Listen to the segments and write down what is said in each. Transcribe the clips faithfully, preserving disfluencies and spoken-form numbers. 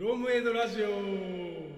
ロムエイドラジオ。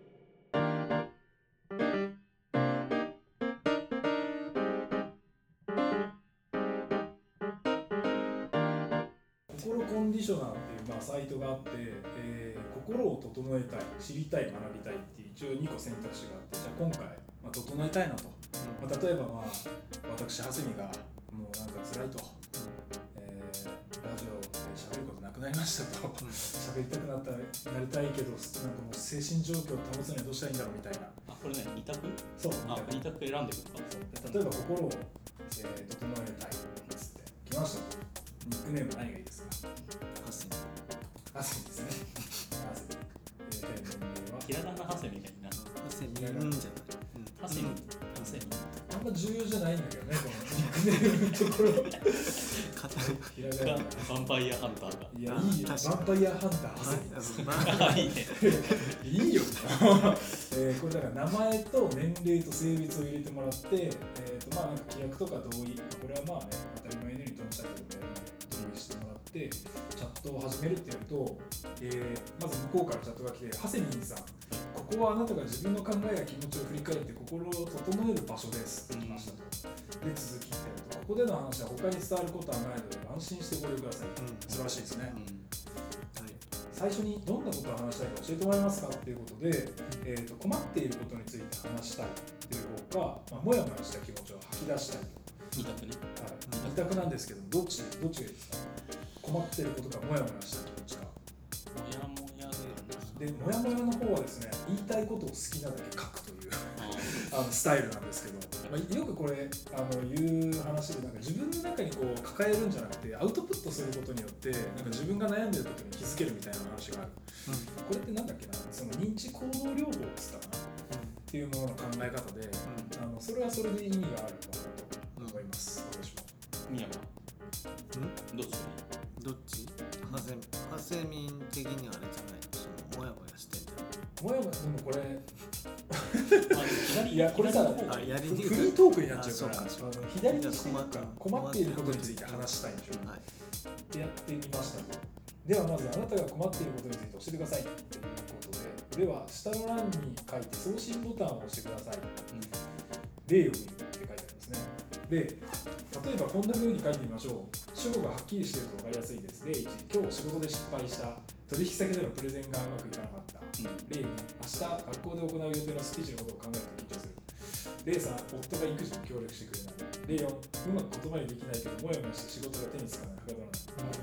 心コンディショナーっていう、まあ、サイトがあって、えー、心を整えたい、知りたい、学びたいっていう一応にこ選択肢があって、じゃあ今回、まあ、整えたいなと、まあ、例えば、まあ、私長谷美がもうなんか辛いと、えー、ラジオで喋ることなくなりましたと喋りたくなったらなりたいけど、なんかもう精神状況を保つにはどうしたらいいんだろうみたいな。 あ、これね、に択？ そう、 あ、に択選んでいくのか。 そうで例えば心を、えー、整えたいっつって来ましたと。ニックネーム何がいいですか？ ハセミ。 ハセミですね。ハセミ。えー、年齢はひらがなハセミみたいな。 ハセミじゃない。 ハセミ。ハセミ。 あんま重要じゃないんだけどね、このニックネームのところ。ひらがな。 ヴァンパイアハンターが。 いや、いいよ。ヴァンパイアハンター、ハセミ。 いいね。 いいよ。えー、これだから名前と年齢と性別を入れてもらって、えーとまあ、なんか規約とか同意、これはまあね、当たり前のようにどうしたけどもやるので同意してもらって、チャットを始めるってやると、えー、まず向こうからチャットが来て、ハセミンさん、ここはあなたが自分の考えや気持ちを振り返って心を整える場所ですって来ましたと。で、続きってやると、ここでの話は他に伝わることはないので安心してご利用ください。うん、素晴らしいですね。うん、はい、最初にどんなことを話したいか教えてもらえますかっていうことで、えー、と困っていることについて話したいっていう方か、まあ、もやもやした気持ちを吐き出したいと。 に択ね。 はい、に択なんですけど、どっちどっちがいいですか？困っていることかもやもやした気持ちか。 もやもやで、もやもやの方はですね、言いたいことを好きなだけ書くというあのスタイルなんですけど、まあ、よくこれあの言う話で、なんか自分の中にこう抱えるんじゃなくてアウトプットすることによってなんか自分が悩んでることに気づけるみたいな話がある、うん、これってなんだっけな、その認知行動療法って言ったかな、うん、っていうものの考え方で、うん、あのそれはそれで意味があるのかなと思います、うん、私も。 宮はどっちどっち？ハセミ、ハセミン的にはあれじゃないの、そのもやもやしてんじゃん。 もやもや、でもこれ左いやこれさ、 あ、やりにフリートークになっちゃうから、 あそうか、 左にしてなんか困っていることについて話したいんでしょ、はい、ってやってみましたと。ではまずあなたが困っていることについて教えてくださいっていうことで、では下の欄に書いて送信ボタンを押してください、うん、例を見るって書いてありますね。で、例えばこんな風に書いてみましょう。主語がはっきりしていると分かりやすいです。例いち、今日仕事で失敗した。取引先でのプレゼンがうまくいかなかった。うん、例に、明日学校で行う予定のスピーチのことを考えると緊張する。例さん、夫が育児に協力してくれない。例よん、うまく言葉にできないけどもやもやして仕事が手につかない、はかどらない。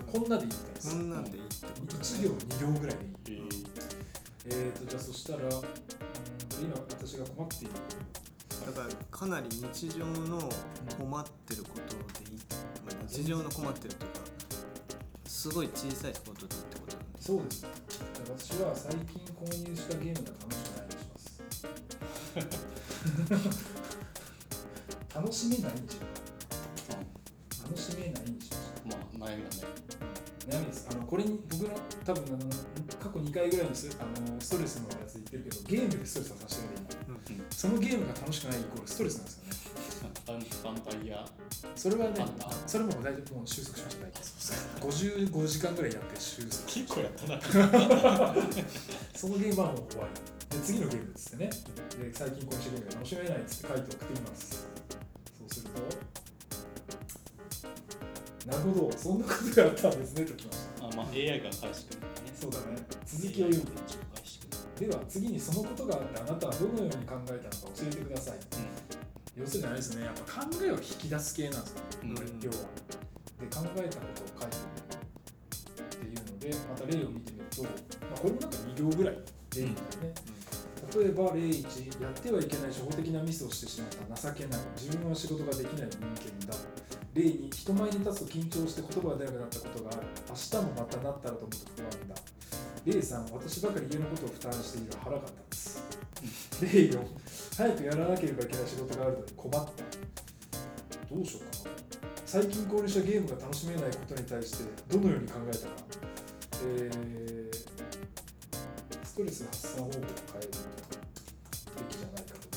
こんなでいいみたいです。 こんなんでいいってこと、ね、 いち行に行ぐらいでいい。えー、えーとじゃあそしたら、うん、今私が困っている。 だからかなり日常の困ってることでいい、まあ、日常の困ってるとかすごい小さいことでいいってことなんです。 そうです。私は最近購入したゲームが楽しくないにします楽しめないにします楽しめないにしました。 まあ悩みだね。 悩みです。あのこれに僕の多分あの過去にかいぐらいの ス, あのストレスのやつ言ってるけど、ゲームでストレスを発してるんで今、うん、そのゲームが楽しくないイコールストレスなんですよね。 ヴァンパイアそれはね、それも大体もう収束しました。大体ごじゅうごじかんぐらいやって収束。 結構やったなそのゲームはもう終わりで、次のゲームですってね。で、最近このゲームが楽しめないっつって書いて送ってみます。そうすると、なるほど、そんなことがあったんですねときました。 あ、まあ エーアイ が返してくれるね。 そうだね。続きを読んででは次にそのことがあってあなたはどのように考えたのか教えてください、うん、要するにあれですね、やっぱ考えを引き出す系なんですよね、うん、要はで考えたことを書いてみるっていうので、また例を見てみると、まあ、これもなんかに行ぐらい例みたいね、うん、例えば例いち、やってはいけない初歩的なミスをしてしまった情けない、自分は仕事ができない人間だ。例に、人前に立つと緊張して言葉が出なくなったことがある、明日もまたなったらと思うと不安だ。例さん、私ばかり家のことを負担している腹が立つ。例よん、早くやらなければいけない仕事があるのに困った。どうしようかな。最近購入したゲームが楽しめないことに対してどのように考えたか。えー、ストレス発散方法を変えるべきじゃないかと。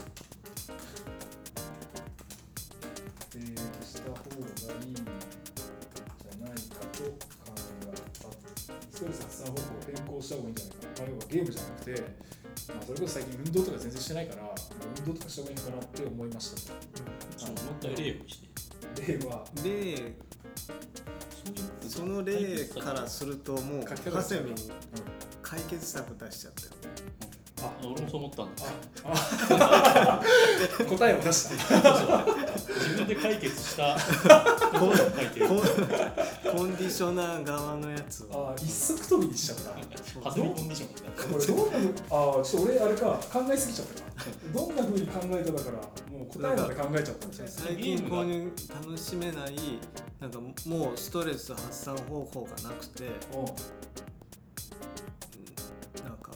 えー、した方がいいんじゃないかと考えた。ストレス発散方法を変更をした方がいいんじゃないかな、まあ、要はゲームじゃなくて、まあ、それこそ最近運動とか全然してないから運動とかした方がいいのかなって思いましたと。 そうもう一回例をして例は例その例からするともう書き方ハセミンうん解決策出しちゃったよ。 あ俺もそう思ったんだあ答えを出した自分で解決したことを書いてるコンコンディショナー側のやつをあ一足飛びにしちゃったハセミコンディションみたいなこれどんなあちょっと俺あれか考えすぎちゃったかどんな風に考えただからもう答えまで考えちゃったんじゃない最近購入楽しめないなんかもうストレス発散方法がなくてうんなんか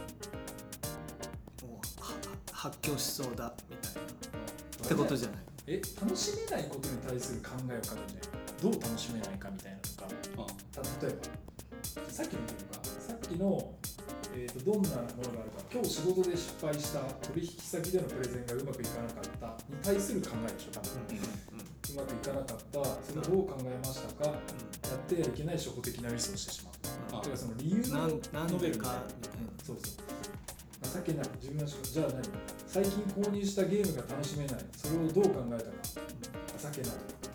もうは発狂しそうだみたいなってことじゃない。 え楽しめないことに対する考えを書くんじゃないどう楽しめないかみたいなとかた例えばさっきの言うかさっきの、えー、とどんなものがあるか今日仕事で失敗した取引先でのプレゼンがうまくいかなかったに対する考えでしょ多分、うまくいかなかったそれをどう考えましたか、やってはいけない初歩的なミスをしてしまった、 あだからその理由をなんなん述べるみたいなでかみたいな。 そうそう情けない自分の仕事じゃあ何最近購入したゲームが楽しめないそれをどう考えたか情け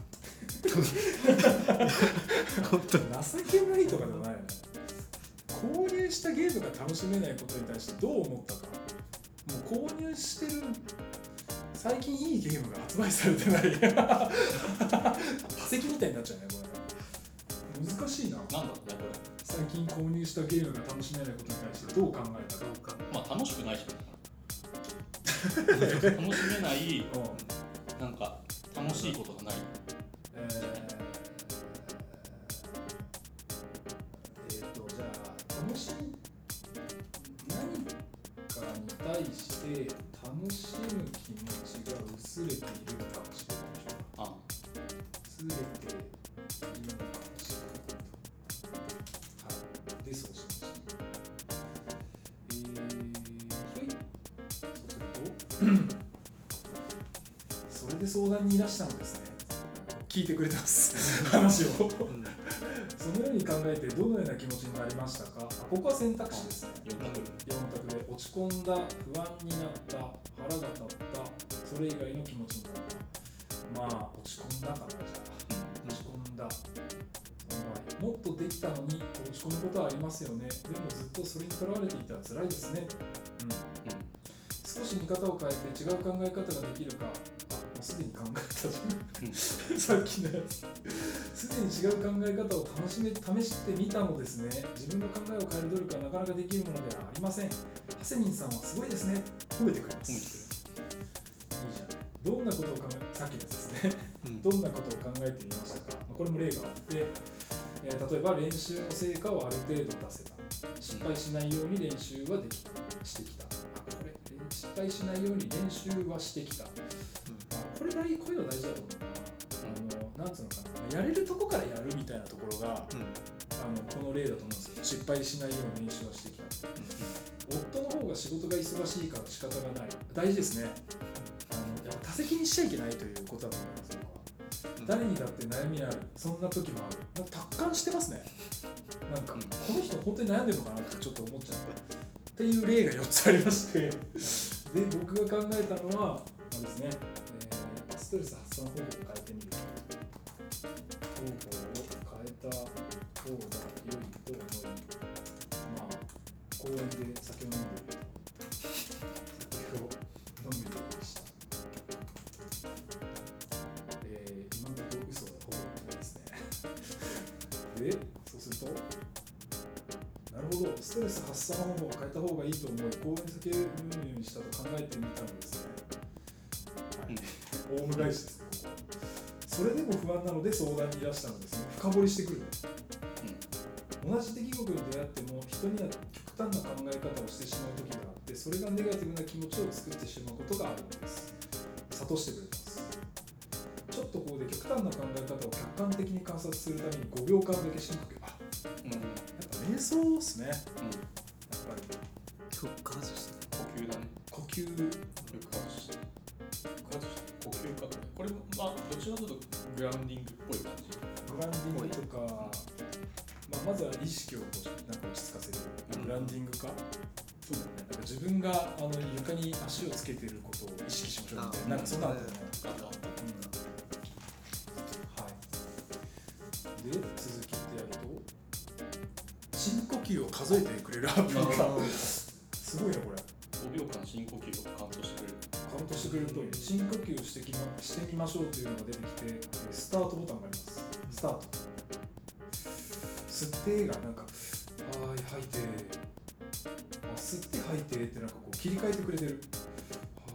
ない本当に情けないとかでもないよね購入したゲームが楽しめないことに対してどう思ったかもう購入してる最近いいゲームが発売されてない化石みたいになっちゃうねこれ難しいななんだろうねこれ最近購入したゲームが楽しめないことに対してどう考えたかまあ楽しくないし楽しめないうんなんか楽しいことがないえーえーとじゃあ楽しみ何かに対して楽しむ気持ちが薄れているのかもしれないでしょうかあ薄れているのかもしれないはいでそうしましたえーはいそうするとそれで相談にいらしたのですね聞いてくれてます話をそのように考えてどのような気持ちになりましたか。ここは選択肢ですね。 よん択よん択で落ち込んだ、不安になった、腹が立った、それ以外の気持ちになった。まあ落ち込んだかなじゃあ落ち込んだその場合もっとできたのに落ち込むことはありますよね。でもずっとそれにとらわれていたら辛いですね、うん、少し見方を変えて違う考え方ができるか。すでに考えたじゃん、うん、さっきのやつすでに違う考え方を楽しめ試してみたのですね。自分の考えを変える努力はなかなかできるものではありません。ハセミンさんはすごいですね。褒めてくれます。いいじゃない。どんなことを考えさっきのやつですね、うん、どんなことを考えてみましたか。これも例があって、えー、例えば練習の成果をある程度出せた、失敗しないように練習はできたしてきた。あこれ失敗しないように練習はしてきた。これ大こういうの大事だと思うな。あのなんつうのかな、やれるとこからやるみたいなところが、うん、あのこの例だと思うんですよ。失敗しないように練習はしてきた、うん、夫の方が仕事が忙しいから仕方がない。大事ですね。あのやっぱ多責にしちゃいけないということだと思います。僕は、うん、誰にだって悩みある、そんな時もある。なんか達観してますね。なんか、うん、この人本当に悩んでるのかなってちょっと思っちゃったっていう例がよっつありましてで僕が考えたのは、まあですね、ストレス発散方法を変えてみる方法を変えた方が良いと思い、まあ公園で酒を飲んでいる酒を飲むようにした、えー、今のところ嘘はほぼないですねで、そうするとなるほど、ストレス発散方法を変えた方がいいと思い公園で酒を飲むようにしたと考えてみたのですね。オウム返しですね。それでも不安なので相談にいらしたのですね。深掘りしてくる、うん、同じ出来事に出会っても人には極端な考え方をしてしまう時があって、それがネガティブな気持ちを作ってしまうことがあるのです。諭してくれます。ちょっとここで極端な考え方を客観的に観察するためにごびょうかんだけ深呼吸。あ、うん、やっぱ瞑想ですね、うん、やっぱりフック外して呼吸だね。 呼吸フック外して呼吸か。これまあどちらかというとグラウンディングっぽい感じ。 グラウンディングとか、まあ、まずは意識をなんか落ち着かせる、うん、グランディングか、 そうだよね。 なんか自分があの床に足をつけてることを意識しましょうみたいな、なんかそんなのあったね。 あったあった。 はい。で続きってやると深呼吸を数えてくれるアプリがすごいなこれ。 ごびょうかん深呼吸をカウントしてくれる。 カウントしてくれると深呼吸してき、ま、してみましょうというのが出てきて、スタートボタンがあります。スタート。吸ってがなんか、はーい吐いて、あ吸って吐いてってなんかこう切り替えてくれてる。は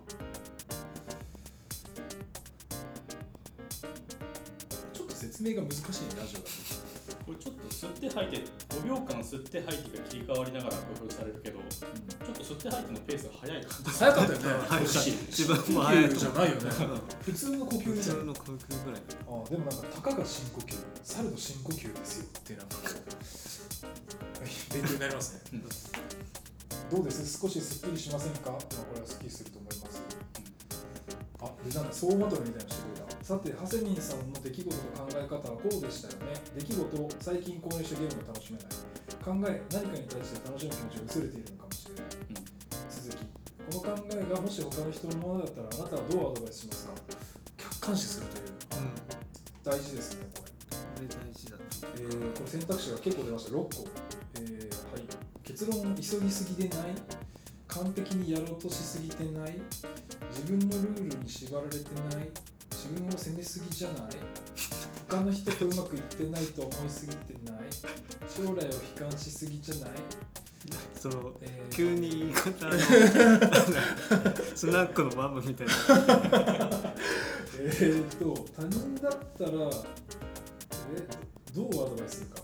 ちょっと説明が難しいねラジオだと。 これちょっと吸って吐いてごびょうかん吸って吐いてが切り替わりながら工夫されるけど、うん、ちょっと吸って吐いてのペースが速い感じ。 早かったよね。 早かった。自分も呼早い吸じゃないよね。普通の呼吸普じゃん。 通の呼吸ぐらい。 ああでもなんかたかが深呼吸、猿の深呼吸ですよってなんかこう勉強になりますね。どうです？少しすっきりしませんか？まあ、これはすっきりすると思います。あ、でなんか総まとめみたいなのしてくれた。さて、ハセミンさんの出来事と考え方はこうでしたよね。出来事、最近購入したゲームが楽しめない。考え、何かに対して楽しむ気持ちが薄れているのかもしれない。うん、続き、この考えがもし他の人のものだったらあなたはどうアドバイスしますか？客観視するという。うん、大事ですね、これ。 これ大事だと。 えー、これ選択肢が結構出ました。ろっこ。えー、はい。結論、急ぎすぎでない。完璧にやろうとしすぎてない。自分のルールに縛られてない。自分を責めすぎじゃない。他の人とうまくいってないと思いすぎてない。将来を悲観しすぎじゃない。 その、 えー、 急に言い方のスナックのマムみたいなえーっと他人だったら、えー、どうアドバイスするか。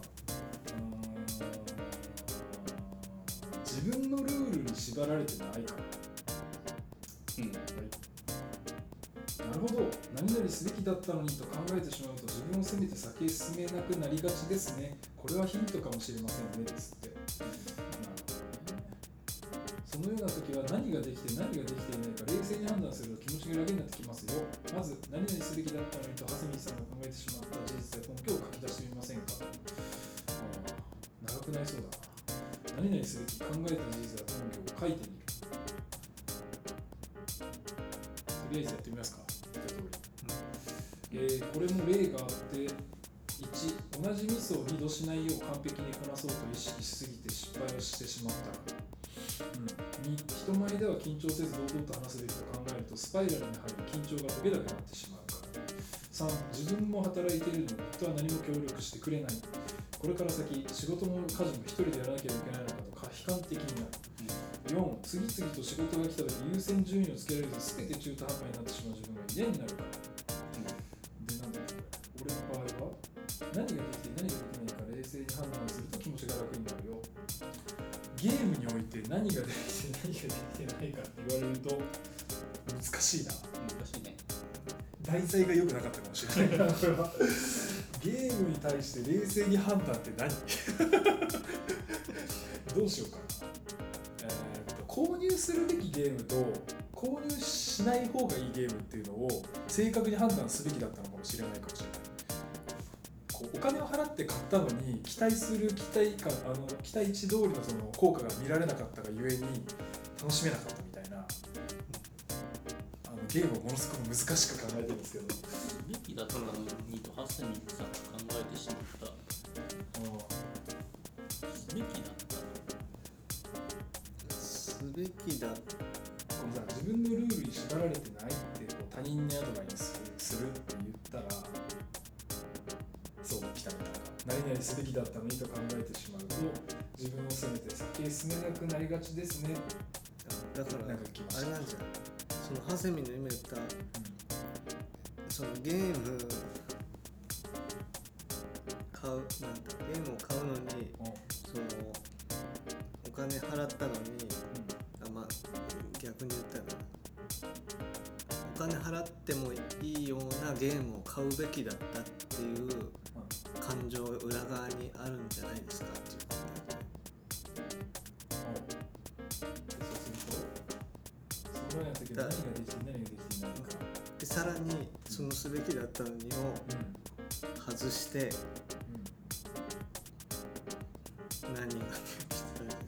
自分のルールに縛られてないかな。うん、はい。なるほど。何々すべきだったのにと考えてしまうと自分を責めて先へ進めなくなりがちですね。これはヒントかもしれませんねですって。なるほどね。そのような時は何ができて何ができていないか冷静に判断すると気持ちが楽になってきますよ。まず何々すべきだったのにとハセミさんが考えてしまった事実や根拠を書き出してみませんか。長くなりそうだな。何々すべき考えた事実や根拠を書いてみる。とりあえずやってみますか。えー、これも例があって、いち、同じミスをにどしないよう完璧にこなそうと意識しすぎて失敗をしてしまったから、うん、に、人前では緊張せず堂々と話すべきと考えるとスパイラルに入り緊張が解けなくなってしまうから、さん、自分も働いているのに人は何も協力してくれない。これから先、仕事も家事も一人でやらなければいけないのかと悲観的になる。よん、次々と仕事が来た時優先順位をつけられず全て中途半端になってしまう自分が嫌になるから。で、なんだろう、俺の場合は何ができて何ができないか冷静に判断すると気持ちが楽になるよ。ゲームにおいて何ができて何ができてないかって言われると難しいな。 難しいね。 題材が良くなかったかもしれないなこれは。ゲームに対して冷静に判断って何どうしようかな。購入するべきゲームと購入しない方がいいゲームっていうのを正確に判断すべきだったのかもしれないかもしれない。こうお金を払って買ったのに期待する期待感、あの期待値通りのその効果が見られなかったがゆえに楽しめなかったみたいな、あのゲームをものすごく難しく考えてるんですけど。 すべきだったのにとハセミンさんが考えてしまった。すべきだったすべきだ。 このさ、自分のルールに縛られてないってこう他人にアドバイスするって言ったら、そうきたみたいな。何々すべきだったのにと考えてしまうと自分を責めて先へ進めなくなりがちですね。 だからなんか来ました。 あれなんじゃない。そのハセミの今言った、うん、そのゲーム買うなんだゲームを買うのに、うん、そのお金払ったのに、うん、あまあ逆に言ったらお金払ってもいいようなゲームを買うべきだったっていう感情が裏側にあるんじゃないですかっていうことだよね。 そうするとそのやったけど何ができて何ができていないかでさらにそのすべきだったのにを外して、うん、何ができて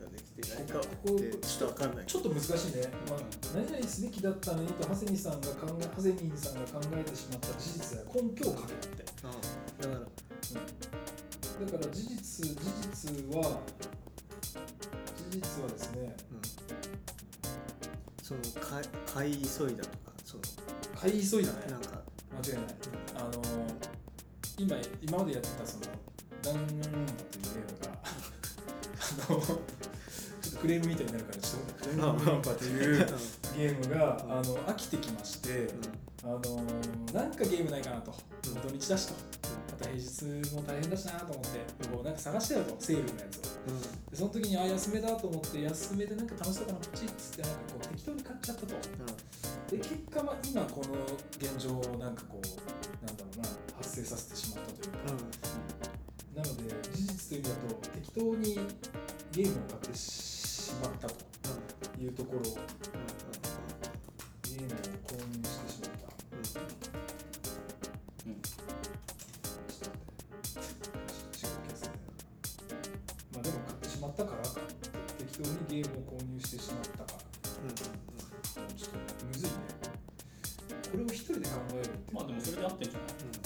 かってちょっと分かんないちょっと難しいね、まあ、何々すべきだったのにとハセニさんが考えハセニーさんが考えてしまった事実や根拠を書けって、 ああだから、うん、 だから事実事実は事実はですね、 うん、その買い買い急いだとかその買い急いだねなんか間違いない、うん、あの今今までやってたそのダンというゲームがあのちょっとクレームみたいになるからちょっとダンパというゲームがあの飽きてきまして、うん、あのなんかゲームないかなと、うん、土日だしと、また平日も大変だしなと思って、こうなんか探したよとセールのやつを、うん、でその時にあ休めだと思って休めでなんか楽しそうかなポチッつってなんかこう適当に買っちゃったと、うん、で結果まあ今この現状をなんかこうなんだろうな発生させてしまったというか、うん、なので事実という意味だと適当にゲームを買ってしまったというところ、うん、ゲームを購入してしまった、うん、ちょっと待って違うケースだね。まあでも買ってしまったからか適当にゲームを購入してしまったから、うん、ちょっとむずいねこれを一人で考えるって。 まあでもそれで合ってんじゃない、うん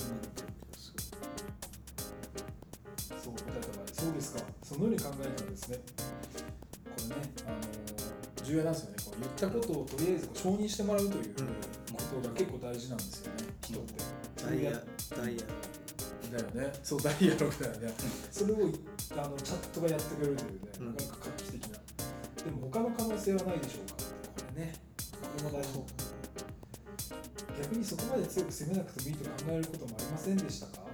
そう答えた場合、そうですか、そのように考えたらですね、これね、あのー、重要なんですよね。こう言ったことをとりあえず承認してもらうということが結構大事なんですよね、人って。 ダイヤ、ダイヤだよね、そう、ダイヤログだよね。それをあのチャットがやってくれるというね、なかなか画期的な。でも他の可能性はないでしょうか。これね、これも大事。逆にそこまで強く攻めなくてもいいと考えることもありませんでしたか？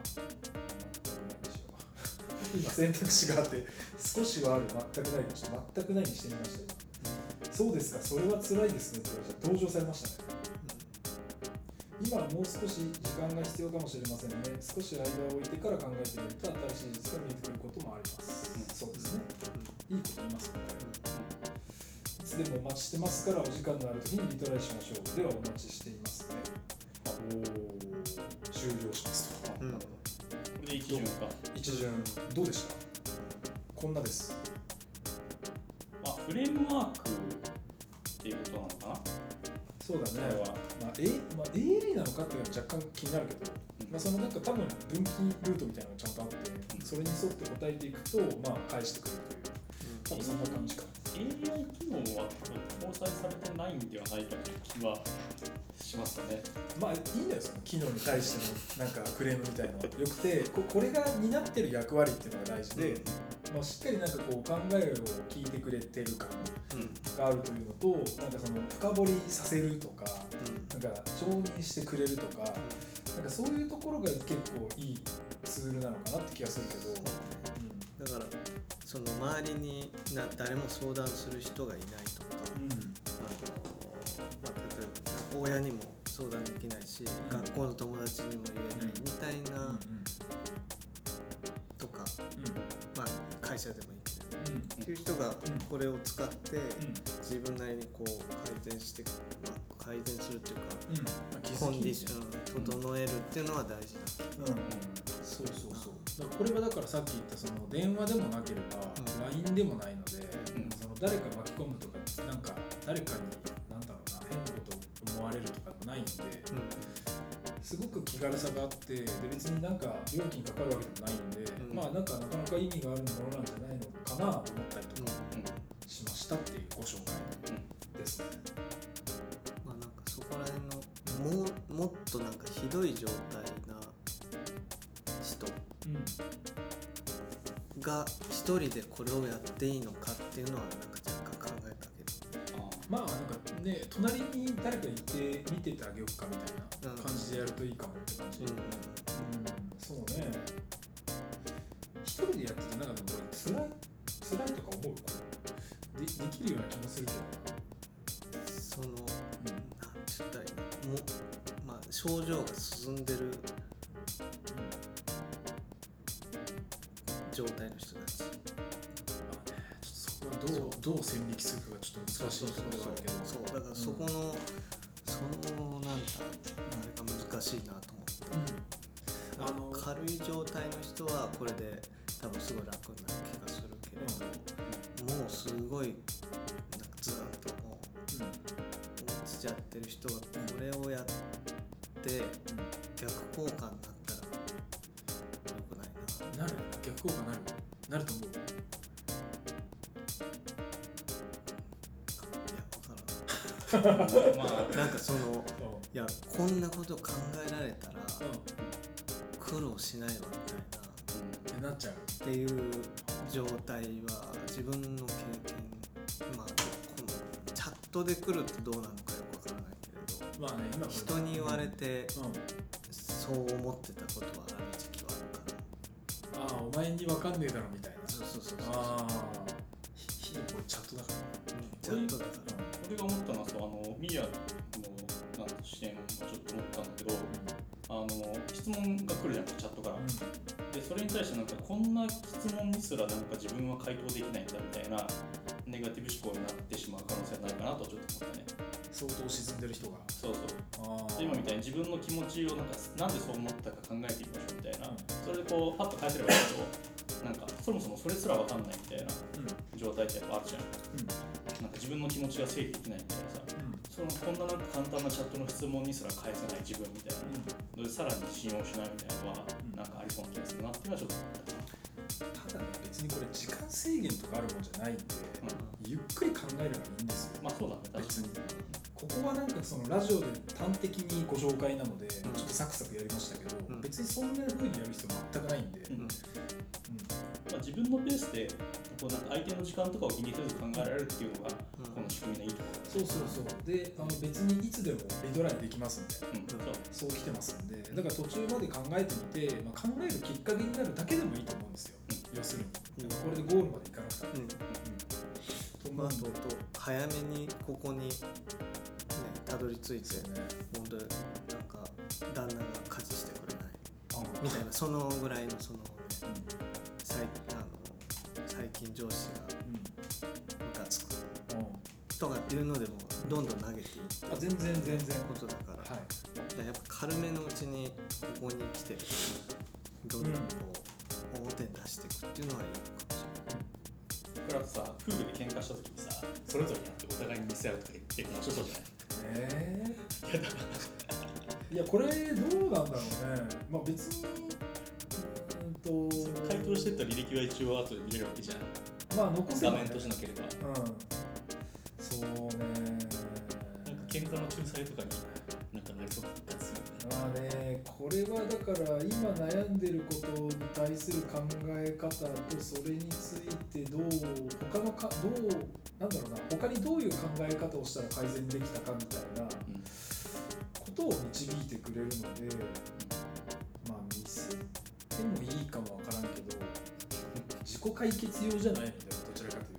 今選択肢があって少しはある全くないでした全くないにしてみました。今そうですかそれは辛いですねって言われて登場されましたね、うん、今はもう少し時間が必要かもしれませんね。少し間を置いてから考えてみると新しい事実が見えてくることもあります、うん、そうですね、うん、いいこと言いますね、うん、いつでもお待ちしてますからお時間のある時にリトライしましょう。ではお待ちしていますね。おー終了しますと、うん、 これで一巡か。 一巡どうでした？こんなです。 まあフレームワークっていうことなのかな。 そうだね。まあ、A、まあ、エーエルイー なのかっていうのは若干気になるけど、うん、まあそのなんか多分分岐ルートみたいなのがちゃんとあって、うん、それに沿って答えていくとまあ返してくれるという、うん、多分そんな感じか。 エーアイ 機能は搭載されてないんではないかという気はしますよね。 まあいいんだよ、その機能に対してのなんかクレームみたいなのがよくて、ここれが担ってる役割っていうのが大事で、まあ、しっかりなんかこう考えを聞いてくれてる感があるというのと、なんかその深掘りさせるとか、なんか承認してくれるとか、なんかそういうところが結構いいツールなのかなって気がするけど、 うん、だからその周りにな誰も相談する人がいないとか、うん、あのまあ、例えば親にも相談できないし、うん、学校の友達にも言えないみたいな、うん、とか、うん、まあ会社でもいいけど、うん、っていう人がこれを使って自分なりにこう改善して、まあ、改善するっていうか、うん、コンディションを整えるっていうのは大事だけど、うんうん、 そうそうそう。だからこれはだからさっき言ったその電話でもなければ ライン でもないので、うん、その誰か巻き込むとかなんか誰かになんだろうな変なこと思われるとかもないので、うん、すごく気軽さがあって、で別になんか料金かかるわけでもないんで、うん、まあなんかなかなか意味があるものなんじゃないのかなと思ったりとかしましたっていうご紹介ですね。 まあなんかそこら辺のもうもっとなんかひどい状態な人が一人でこれをやっていいのかっていうのはなんか若干考えたけど、 あまあなんかね隣に誰かいて見ててあげようかみたいな感じでやるといいかもって感じ、うんうん、そうね。一人でやっててなんかでもこれ辛い辛いとか思うこれ で, できるような気もするけど、 その、うん、なんて言ったらいいのもまあ症状が進んでる状態の人たち、まあね、ちょっとそこはどうどう線引きするかがちょっと難しいところがあるけど、 そうだからそこの、うん、そのなんだあれが難しいなと思って、うん、あの軽い状態の人はこれで多分すごい楽になる気がするけれど、うん、もうすごいやってる人がこれをやって逆効果になったらよくないな。 なる逆効果なるなると思う。 いや分からんまあなんかそのいやこんなこと考えられたら苦労しないわみたいなってなっちゃうっていう状態は自分の経験、まあこのチャットで来るってどうなのかよくわからないけれど、 まあね今人に言われてうんそう思ってたことはある時期はあるかああお前に分かんねえだろみたいな。 ら。そうそうそうそう。 ああひひこれチャットだからチャットだから。 俺が思ったのはそうあのミヤのなんか視点をちょっと思ったんだけど、あの質問が来るじゃんチャットから、 うんでそれに対してなんかこんな質問にすらなんか自分は回答できないんだみたいなネガティブ思考になってしまう可能性はないかなとちょっと思ったね。 相当沈んでる人がそうそうああで今みたいに自分の気持ちをなんかなんでそう思ったか考えてみましょうみたいな、それでこうパッと返せればいいけどなんかそもそもそれすら分かんないみたいな状態ってやっぱあるじゃん。なんか自分の気持ちが整理できないみたいなさ、そのこんななんか簡単なチャットの質問にすら返せない自分みたいなのでさらに信用しないみたいなのはなんかありそうな気がするなっていうのはちょっと思ったかな。 ただね別にこれ時間制限とかあるもんじゃないんで、ゆっくり考えればいいんですよ。 まあそうだね確か別にここはなんかそのラジオで端的にご紹介なので、ちょっとサクサクやりましたけど、 うん別にそんな風にやる必要全くないんで、 うんまあ、自分のペースでこうなんか相手の時間とかを気にせず考えられるっていうのがこの仕組みのいいところだね。 そうそうそうであの別にいつでもリドライできますんで、 うんそうそう来てますんで、だから途中まで考えてみて、まあ、考えるきっかけになるだけでもいいと思うんですよ、要するに、 うんこれでゴールまでいかなくたって、 うんとまあ、 思うんでとうとう早めにここに、ね、たどり着いて、 ね本当になんか旦那が家事してくれないあみたいなそのぐらいのその、ね、 うん最あの最近上司がムカつくうんとかっていうのでもどんどん投げていってあ全然全然ことだから、 はいだからやっぱ軽めのうちにここに来てどんどんこう表に出していくっていうのはいいかもしこれはさ夫婦で喧嘩した時にさそれぞれにあってお互いに見せ合うとか結構面白そうじゃない？ えー、いやこれどうなんだろうね。まあ別にうーんと回答してった履歴は一応後で見れるわけじゃん。 まあ残せばね画面としなければ。 うんそうねなんか喧嘩の仲裁とかになんかなりそうな気がするね。 まあねこれはだから今悩んでることに対する考え方とそれについてどう他のかどうなんだろうな他にどういう考え方をしたら改善できたかみたいなことを導いてくれるので、まあ見せてもいいかもわからんけど自己解決用じゃないみたいなどちらかというと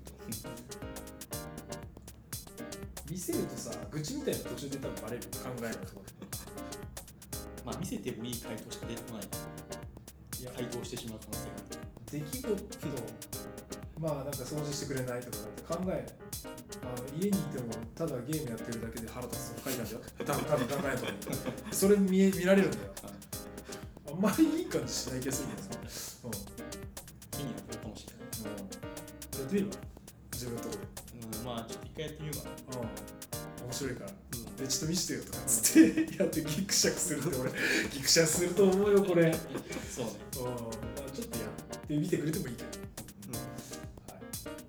見せるとさ愚痴みたいな途中で多分バレる考えのところでまあ見せてもいい回答しか出てこない。 いや回答してしまう可能性がある。 出来事まあなんか掃除してくれないとか考えあの家にいてもただゲームやってるだけで腹立つとか書いてあるよ多分多分考えとそれ 見, 見られるんだよあんまりいい感じしない気がするんですよ、 気になるかもしれない。 うんうん、やってみるわ自分のところで、 うん、まあちょっと一回やってみようかな。 うん、面白いからうんでちょっと見せてよとかつってやってギクシャクするって俺ギクシャクすると思うよこれ、うん、 そうね。 ちょっとやってみてくれてもいいけど、はい、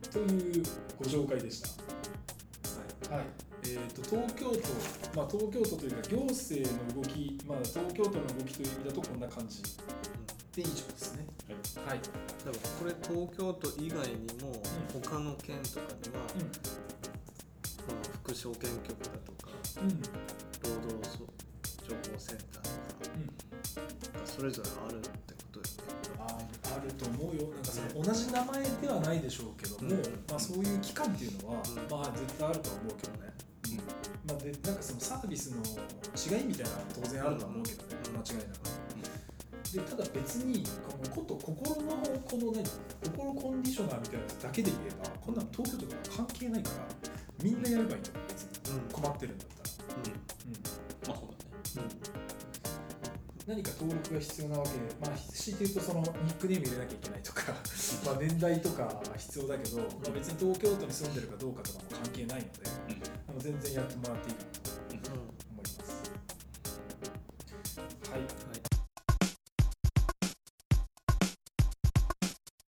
というご紹介でしたはい、えー、と東京都、まあ、東京都というか行政の動き、まあ、東京都の動きという意味だとこんな感じで以上ですね。はい、はい、 多分これ東京都以外にも他の県とかには、 うんこの福祉保健局だとかうん労働情報センターとか、 うん、 がそれぞれあるってことよね。 ああると思うよ。なんかその同じ名前ではないでしょうけども、 うんまあ、そういう機関っていうのは、 うんまあ絶対あるとは思うけどね、まあ、でなんかそのサービスの違いみたいなのは当然あるとは思うけどね、 うん間違いなく。でただ別にこのこと心のこの何心コンディショナーみたいなやつだけで言えばこんなの東京都とか関係ないからみんなやればいいんだよ別に、 うん困ってるんだったら、 うんうんまあそうだね。 何か登録が必要なわけで、まあ強いて言うとそのニックネーム入れなきゃいけないとかまあ年代とか必要だけど、まあ、別に東京都に住んでるかどうかとかも関係ないので、あの全然やってもらっていいかなと